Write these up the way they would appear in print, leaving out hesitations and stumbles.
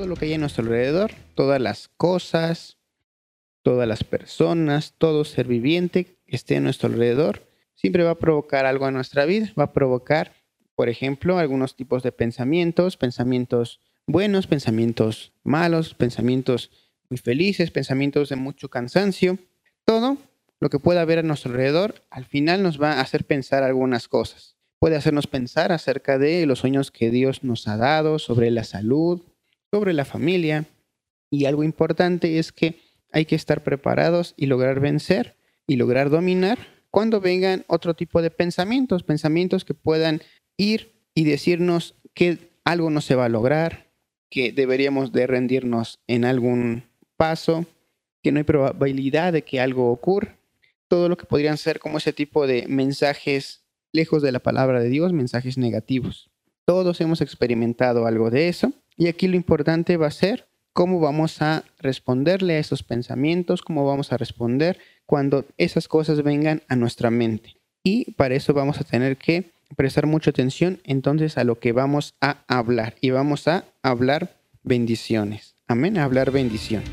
todo lo que hay a nuestro alrededor, todas las cosas, todas las personas, todo ser viviente que esté a nuestro alrededor, siempre va a provocar algo en nuestra vida. Va a provocar, por ejemplo, algunos tipos de pensamientos, pensamientos buenos, pensamientos malos, pensamientos muy felices, pensamientos de mucho cansancio. Todo lo que pueda haber a nuestro alrededor, al final nos va a hacer pensar algunas cosas. Puede hacernos pensar acerca de los sueños que Dios nos ha dado, sobre la salud, sobre la familia. Y algo importante es que hay que estar preparados y lograr vencer y lograr dominar cuando vengan otro tipo de pensamientos, pensamientos que puedan ir y decirnos que algo no se va a lograr, que deberíamos de rendirnos en algún paso, que no hay probabilidad de que algo ocurra. Todo lo que podrían ser como ese tipo de mensajes lejos de la palabra de Dios, mensajes negativos. Todos hemos experimentado algo de eso y aquí lo importante va a ser cómo vamos a responderle a esos pensamientos, cómo vamos a responder cuando esas cosas vengan a nuestra mente. Y para eso vamos a tener que prestar mucha atención entonces a lo que vamos a hablar. Y vamos a hablar bendiciones. Amén, a hablar bendición.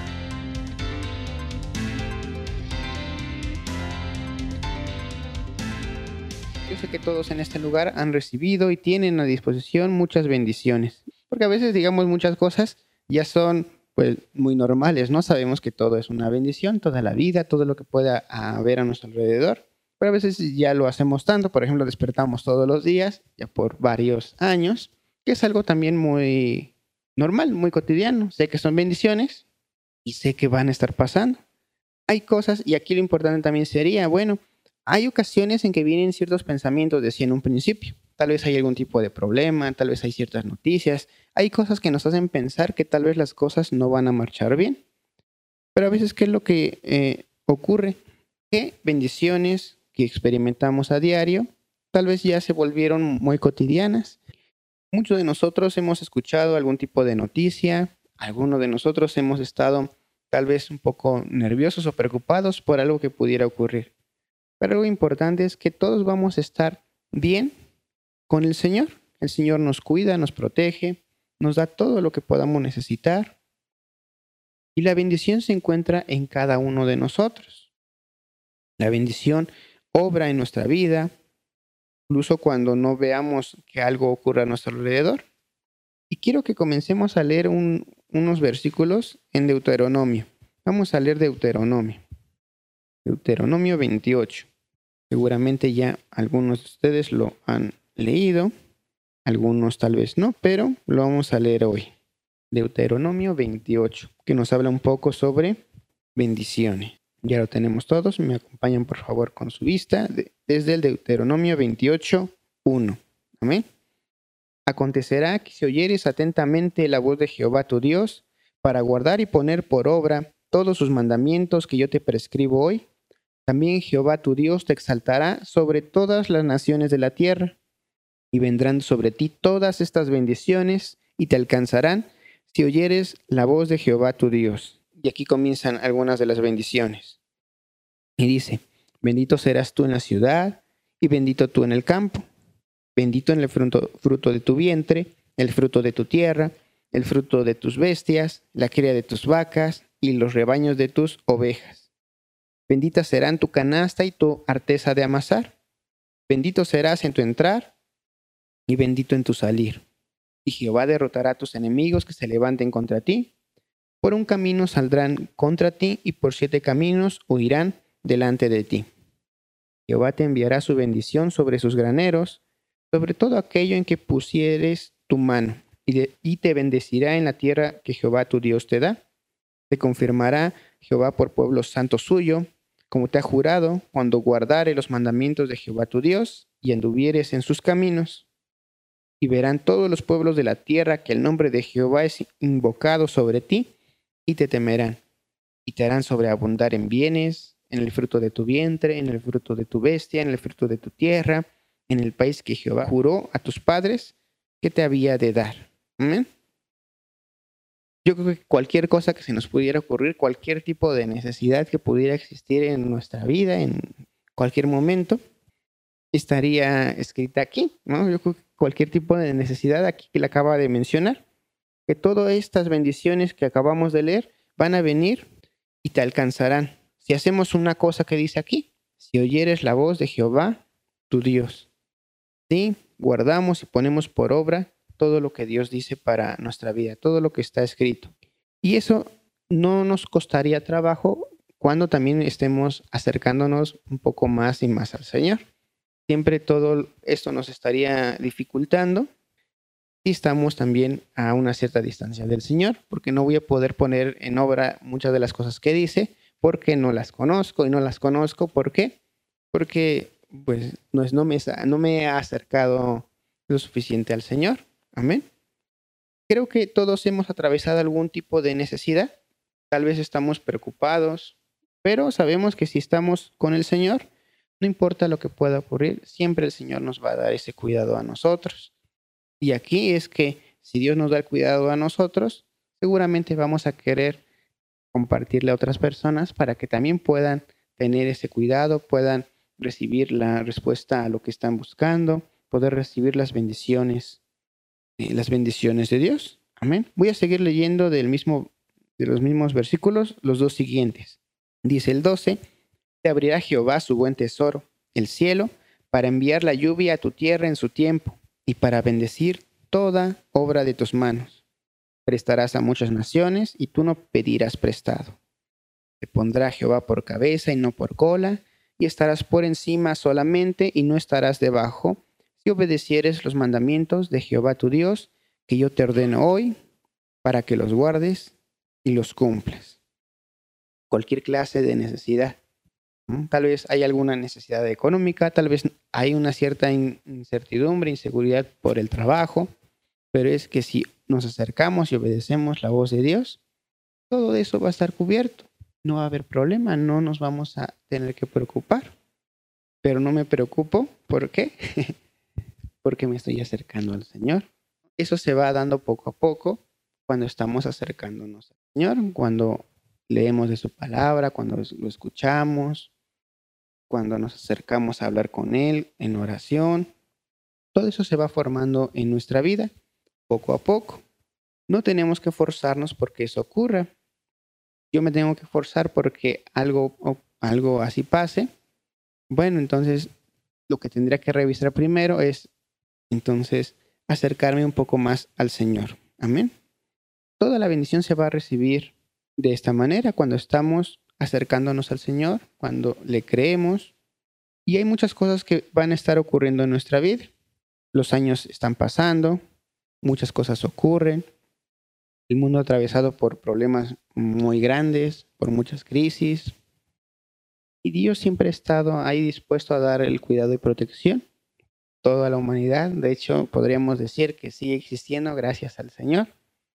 Yo sé que todos en este lugar han recibido y tienen a disposición muchas bendiciones. Porque a veces, digamos, muchas cosas ya son pues muy normales, ¿no? Sabemos que todo es una bendición, toda la vida, todo lo que pueda haber a nuestro alrededor. Pero a veces ya lo hacemos tanto, por ejemplo, despertamos todos los días, ya por varios años, que es algo también muy normal, muy cotidiano. Sé que son bendiciones y sé que van a estar pasando. Hay cosas, y aquí lo importante también sería, bueno, hay ocasiones en que vienen ciertos pensamientos de sí en un principio. Tal vez hay algún tipo de problema, tal vez hay ciertas noticias, hay cosas que nos hacen pensar que tal vez las cosas no van a marchar bien. Pero a veces, ¿qué es lo que ocurre? Que bendiciones que experimentamos a diario, tal vez ya se volvieron muy cotidianas. Muchos de nosotros hemos escuchado algún tipo de noticia, algunos de nosotros hemos estado tal vez un poco nerviosos o preocupados por algo que pudiera ocurrir. Pero algo importante es que todos vamos a estar bien con el Señor. El Señor nos cuida, nos protege, nos da todo lo que podamos necesitar. Y la bendición se encuentra en cada uno de nosotros. La bendición obra en nuestra vida, incluso cuando no veamos que algo ocurra a nuestro alrededor. Y quiero que comencemos a leer unos versículos en Deuteronomio. Vamos a leer Deuteronomio. Deuteronomio 28. Seguramente ya algunos de ustedes lo han leído, algunos tal vez no, pero lo vamos a leer hoy. Deuteronomio 28, que nos habla un poco sobre bendiciones. Ya lo tenemos todos, me acompañan por favor con su vista desde el Deuteronomio 28, 1. Amén. Acontecerá que si oyeres atentamente la voz de Jehová tu Dios, para guardar y poner por obra todos sus mandamientos que yo te prescribo hoy, también Jehová tu Dios te exaltará sobre todas las naciones de la tierra, y vendrán sobre ti todas estas bendiciones, y te alcanzarán si oyeres la voz de Jehová tu Dios. Y aquí comienzan algunas de las bendiciones. Y dice, bendito serás tú en la ciudad, y bendito tú en el campo. Bendito en el fruto de tu vientre, el fruto de tu tierra, el fruto de tus bestias, la cría de tus vacas y los rebaños de tus ovejas. Bendita serán tu canasta y tu arteza de amasar. Bendito serás en tu entrar y bendito en tu salir. Y Jehová derrotará a tus enemigos que se levanten contra ti. Por un camino saldrán contra ti y por 7 caminos huirán delante de ti. Jehová te enviará su bendición sobre sus graneros, sobre todo aquello en que pusieres tu mano, y te bendecirá en la tierra que Jehová tu Dios te da. Te confirmará Jehová por pueblo santo suyo, como te ha jurado, cuando guardare los mandamientos de Jehová tu Dios, y anduvieres en sus caminos. Y verán todos los pueblos de la tierra que el nombre de Jehová es invocado sobre ti, y te temerán, y te harán sobreabundar en bienes, en el fruto de tu vientre, en el fruto de tu bestia, en el fruto de tu tierra, en el país que Jehová juró a tus padres que te había de dar. Amén. Yo creo que cualquier cosa que se nos pudiera ocurrir, cualquier tipo de necesidad que pudiera existir en nuestra vida, en cualquier momento, estaría escrita aquí, ¿no? Yo creo que cualquier tipo de necesidad aquí que le acaba de mencionar, que todas estas bendiciones que acabamos de leer van a venir y te alcanzarán. Si hacemos una cosa que dice aquí, si oyeres la voz de Jehová, tu Dios. Sí, guardamos y ponemos por obra todo lo que Dios dice para nuestra vida, todo lo que está escrito. Y eso no nos costaría trabajo cuando también estemos acercándonos un poco más y más al Señor. Siempre todo esto nos estaría dificultando y estamos también a una cierta distancia del Señor, porque no voy a poder poner en obra muchas de las cosas que dice, porque no las conozco y no las conozco. ¿Por qué? Porque pues no me he acercado lo suficiente al Señor. Amén. Creo que todos hemos atravesado algún tipo de necesidad. Tal vez estamos preocupados, pero sabemos que si estamos con el Señor, no importa lo que pueda ocurrir, siempre el Señor nos va a dar ese cuidado a nosotros. Y aquí es que si Dios nos da el cuidado a nosotros, seguramente vamos a querer compartirle a otras personas para que también puedan tener ese cuidado, puedan recibir la respuesta a lo que están buscando, poder recibir las bendiciones de Dios. Amén. Voy a seguir leyendo de los mismos versículos, los dos siguientes. Dice el 12, te abrirá Jehová su buen tesoro, el cielo, para enviar la lluvia a tu tierra en su tiempo, y para bendecir toda obra de tus manos. Prestarás a muchas naciones, y tú no pedirás prestado. Te pondrá Jehová por cabeza y no por cola, y estarás por encima solamente, y no estarás debajo, si obedecieres los mandamientos de Jehová tu Dios, que yo te ordeno hoy, para que los guardes y los cumplas. Cualquier clase de necesidad. Tal vez hay alguna necesidad económica, tal vez hay una cierta incertidumbre, inseguridad por el trabajo, pero es que si nos acercamos y obedecemos la voz de Dios, todo eso va a estar cubierto. No va a haber problema, no nos vamos a tener que preocupar. Pero no me preocupo, ¿por qué? Porque me estoy acercando al Señor. Eso se va dando poco a poco cuando estamos acercándonos al Señor, cuando leemos de su palabra, cuando lo escuchamos, cuando nos acercamos a hablar con Él en oración. Todo eso se va formando en nuestra vida poco a poco. No tenemos que forzarnos porque eso ocurra. Yo me tengo que forzar porque algo así pase. Bueno, entonces lo que tendría que revisar primero es entonces acercarme un poco más al Señor. Amén. Toda la bendición se va a recibir de esta manera cuando estamos acercándonos al Señor, cuando le creemos. Y hay muchas cosas que van a estar ocurriendo en nuestra vida. Los años están pasando, muchas cosas ocurren. El mundo atravesado por problemas muy grandes, por muchas crisis. Y Dios siempre ha estado ahí dispuesto a dar el cuidado y protección a toda la humanidad. De hecho, podríamos decir que sigue existiendo gracias al Señor.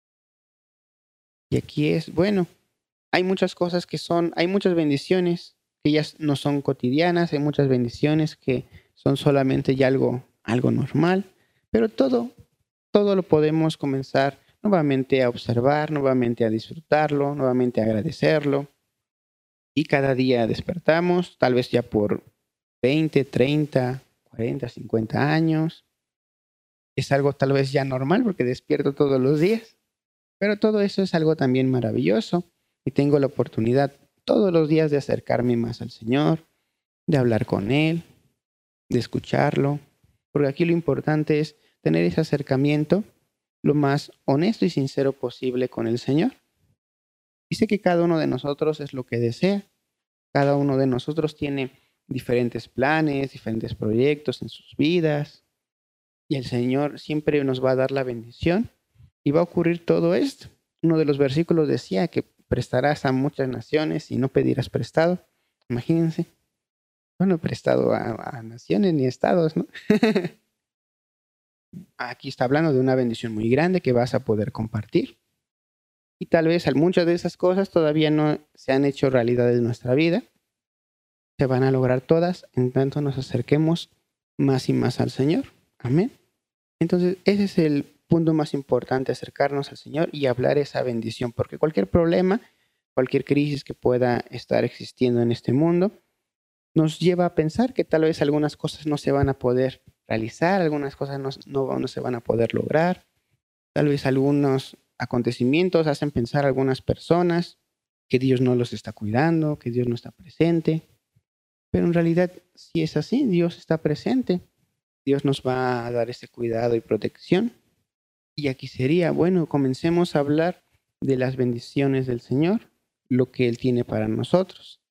Y aquí es, bueno, hay muchas cosas hay muchas bendiciones que ya no son cotidianas, hay muchas bendiciones que son solamente ya algo normal, pero todo lo podemos comenzar nuevamente a observar, nuevamente a disfrutarlo, nuevamente a agradecerlo. Y cada día despertamos, tal vez ya por 20, 30, 40, 50 años. Es algo tal vez ya normal porque despierto todos los días. Pero todo eso es algo también maravilloso y tengo la oportunidad todos los días de acercarme más al Señor, de hablar con Él, de escucharlo, porque aquí lo importante es tener ese acercamiento lo más honesto y sincero posible con el Señor. Y sé que cada uno de nosotros es lo que desea, cada uno de nosotros tiene diferentes planes, diferentes proyectos en sus vidas, y el Señor siempre nos va a dar la bendición. Y va a ocurrir todo esto. Uno de los versículos decía que prestarás a muchas naciones y no pedirás prestado. Imagínense. Bueno, prestado a naciones ni estados, ¿no? Aquí está hablando de una bendición muy grande que vas a poder compartir. Y tal vez muchas de esas cosas todavía no se han hecho realidad en nuestra vida. Se van a lograr todas en tanto nos acerquemos más y más al Señor. Amén. Entonces, ese es el punto más importante, acercarnos al Señor y hablar esa bendición, porque cualquier problema, cualquier crisis que pueda estar existiendo en este mundo, nos lleva a pensar que tal vez algunas cosas no se van a poder realizar, algunas cosas no se van a poder lograr, tal vez algunos acontecimientos hacen pensar a algunas personas que Dios no los está cuidando, que Dios no está presente. Pero en realidad, si es así, Dios está presente. Dios nos va a dar ese cuidado y protección. Y aquí sería, bueno, comencemos a hablar de las bendiciones del Señor, lo que Él tiene para nosotros.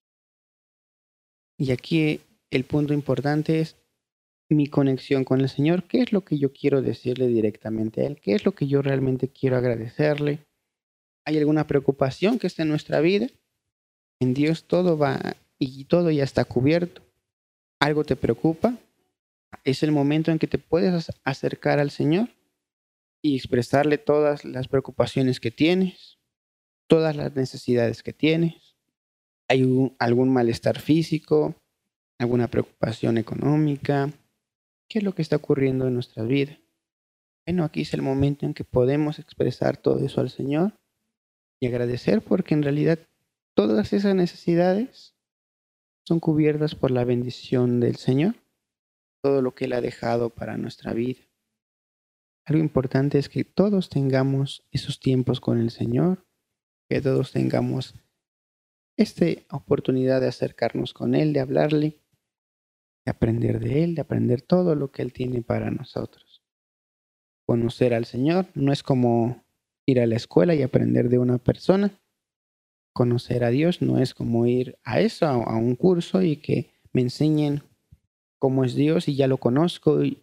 Y aquí el punto importante es mi conexión con el Señor. ¿Qué es lo que yo quiero decirle directamente a Él? ¿Qué es lo que yo realmente quiero agradecerle? ¿Hay alguna preocupación que esté en nuestra vida? En Dios todo va y todo ya está cubierto. ¿Algo te preocupa? Es el momento en que te puedes acercar al Señor y expresarle todas las preocupaciones que tienes, todas las necesidades que tienes. ¿Hay algún malestar físico? ¿Alguna preocupación económica? ¿Qué es lo que está ocurriendo en nuestra vida? Bueno, aquí es el momento en que podemos expresar todo eso al Señor y agradecer, porque en realidad todas esas necesidades son cubiertas por la bendición del Señor, todo lo que Él ha dejado para nuestra vida. Algo importante es que todos tengamos esos tiempos con el Señor, que todos tengamos esta oportunidad de acercarnos con Él, de hablarle, de aprender de Él, de aprender todo lo que Él tiene para nosotros. Conocer al Señor no es como ir a la escuela y aprender de una persona. Conocer a Dios no es como ir a eso, a un curso y que me enseñen cómo es Dios y ya lo conozco. Y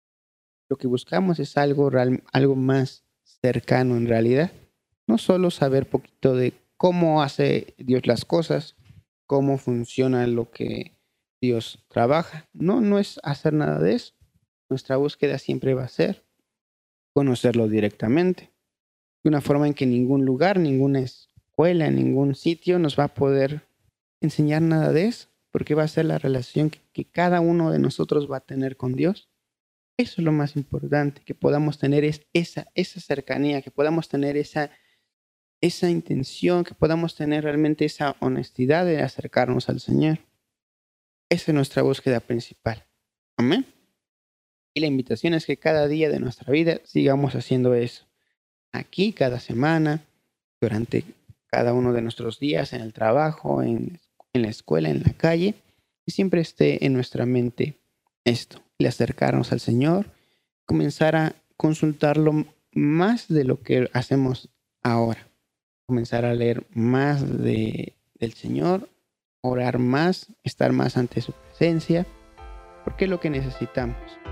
lo que buscamos es algo más cercano en realidad. No solo saber poquito de cómo hace Dios las cosas, cómo funciona lo que Dios trabaja. No, no es hacer nada de eso. Nuestra búsqueda siempre va a ser conocerlo directamente, de una forma en que ningún lugar, ninguna escuela, ningún sitio nos va a poder enseñar nada de eso, porque va a ser la relación que cada uno de nosotros va a tener con Dios. Eso es lo más importante, que podamos tener esa cercanía, que podamos tener esa intención, que podamos tener realmente esa honestidad de acercarnos al Señor. Esa es nuestra búsqueda principal. Amén. Y la invitación es que cada día de nuestra vida sigamos haciendo eso. Aquí, cada semana, durante cada uno de nuestros días, en el trabajo, en la escuela, en la calle, y siempre esté en nuestra mente esto, el acercarnos al Señor, comenzar a consultarlo más de lo que hacemos ahora, comenzar a leer más del Señor, orar más, estar más ante su presencia, porque es lo que necesitamos.